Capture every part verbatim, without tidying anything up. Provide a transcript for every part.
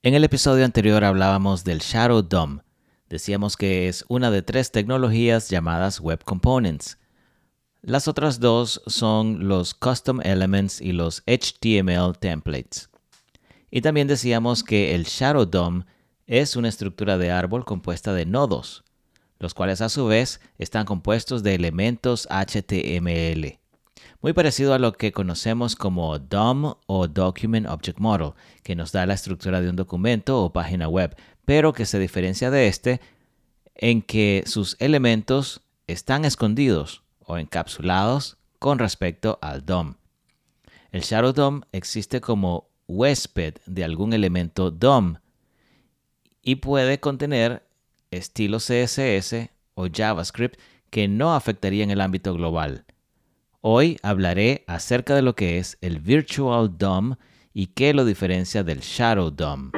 En el episodio anterior hablábamos del Shadow D O M. Decíamos que es una de tres tecnologías llamadas Web Components. Las otras dos son los Custom Elements y los H T M L Templates. Y también decíamos que el Shadow D O M es una estructura de árbol compuesta de nodos, los cuales a su vez están compuestos de elementos H T M L. Muy parecido a lo que conocemos como D O M o Document Object Model, que nos da la estructura de un documento o página web, pero que se diferencia de este en que sus elementos están escondidos o encapsulados con respecto al D O M. El Shadow D O M existe como huésped de algún elemento D O M y puede contener estilo C S S o JavaScript que no afectarían el ámbito global. Hoy hablaré acerca de lo que es el Virtual D O M y qué lo diferencia del Shadow D O M.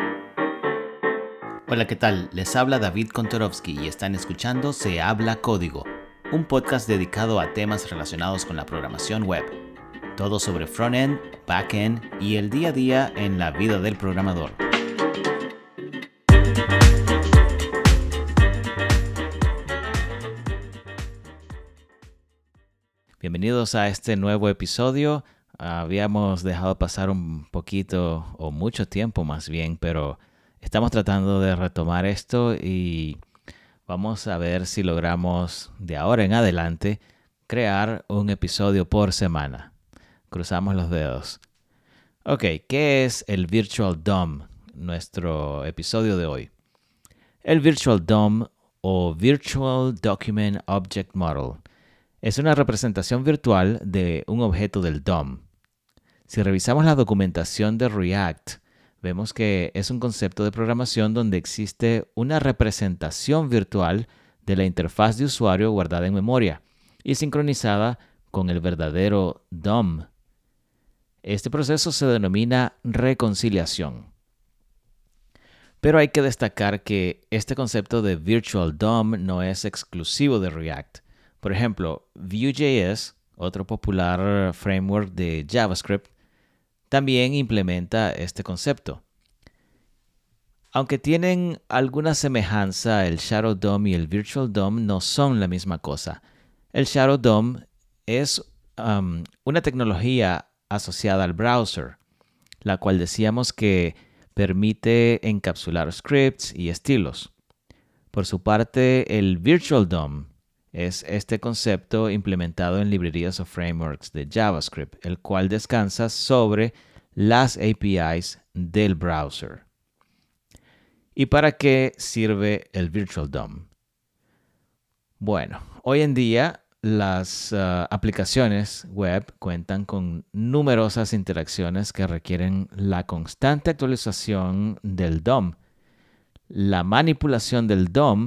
Hola, ¿qué tal? Les habla David Kontorovsky y están escuchando Se Habla Código, un podcast dedicado a temas relacionados con la programación web. Todo sobre front-end, back-end y el día a día en la vida del programador. Bienvenidos a este nuevo episodio. Habíamos dejado pasar un poquito, o mucho tiempo más bien, pero estamos tratando de retomar esto y vamos a ver si logramos de ahora en adelante crear un episodio por semana. Cruzamos los dedos. Ok, ¿qué es el Virtual D O M? Nuestro episodio de hoy. El Virtual D O M o Virtual Document Object Model es una representación virtual de un objeto del D O M. Si revisamos la documentación de React, vemos que es un concepto de programación donde existe una representación virtual de la interfaz de usuario guardada en memoria y sincronizada con el verdadero D O M. Este proceso se denomina reconciliación. Pero hay que destacar que este concepto de Virtual D O M no es exclusivo de React. Por ejemplo, Vue.js, otro popular framework de JavaScript, también implementa este concepto. Aunque tienen alguna semejanza, el Shadow D O M y el Virtual D O M no son la misma cosa. El Shadow D O M es um, una tecnología asociada al browser, la cual decíamos que permite encapsular scripts y estilos. Por su parte, el Virtual D O M es este concepto implementado en librerías o frameworks de JavaScript, el cual descansa sobre las A P Is del browser. ¿Y para qué sirve el Virtual D O M? Bueno, hoy en día las uh, aplicaciones web cuentan con numerosas interacciones que requieren la constante actualización del D O M. La manipulación del D O M,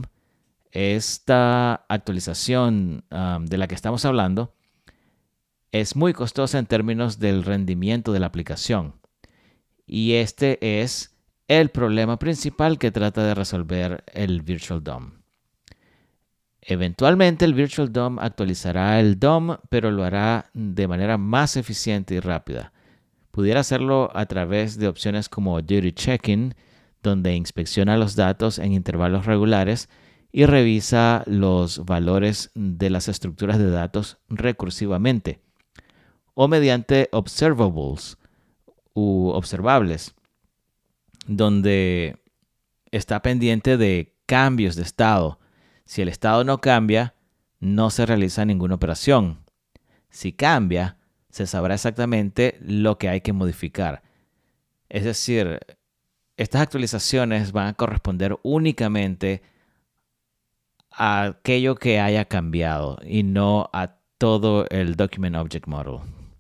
esta actualización um, de la que estamos hablando, es muy costosa en términos del rendimiento de la aplicación. Y este es el problema principal que trata de resolver el Virtual D O M. Eventualmente el Virtual D O M actualizará el D O M, pero lo hará de manera más eficiente y rápida. Pudiera hacerlo a través de opciones como Duty Checking, donde inspecciona los datos en intervalos regulares y revisa los valores de las estructuras de datos recursivamente, o mediante observables u observables, donde está pendiente de cambios de estado. Si el estado no cambia, no se realiza ninguna operación. Si cambia, se sabrá exactamente lo que hay que modificar. Es decir, estas actualizaciones van a corresponder únicamente a aquello que haya cambiado y no a todo el Document Object Model.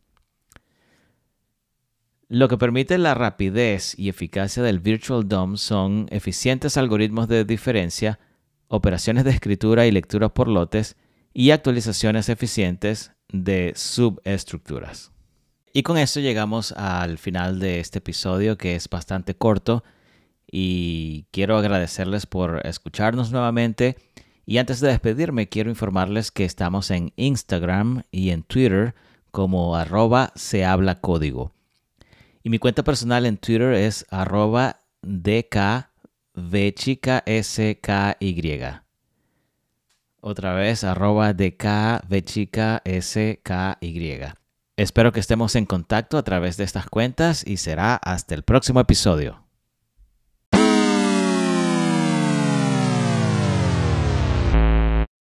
Lo que permite la rapidez y eficacia del Virtual D O M son eficientes algoritmos de diferencia, operaciones de escritura y lectura por lotes y actualizaciones eficientes de subestructuras. Y con esto llegamos al final de este episodio, que es bastante corto, y quiero agradecerles por escucharnos nuevamente. Y antes de despedirme, quiero informarles que estamos en Instagram y en Twitter como arroba se habla código. Y mi cuenta personal en Twitter es arroba D K V chica S K Y. Otra vez, arroba D K V chica S K Y. Espero que estemos en contacto a través de estas cuentas y será hasta el próximo episodio.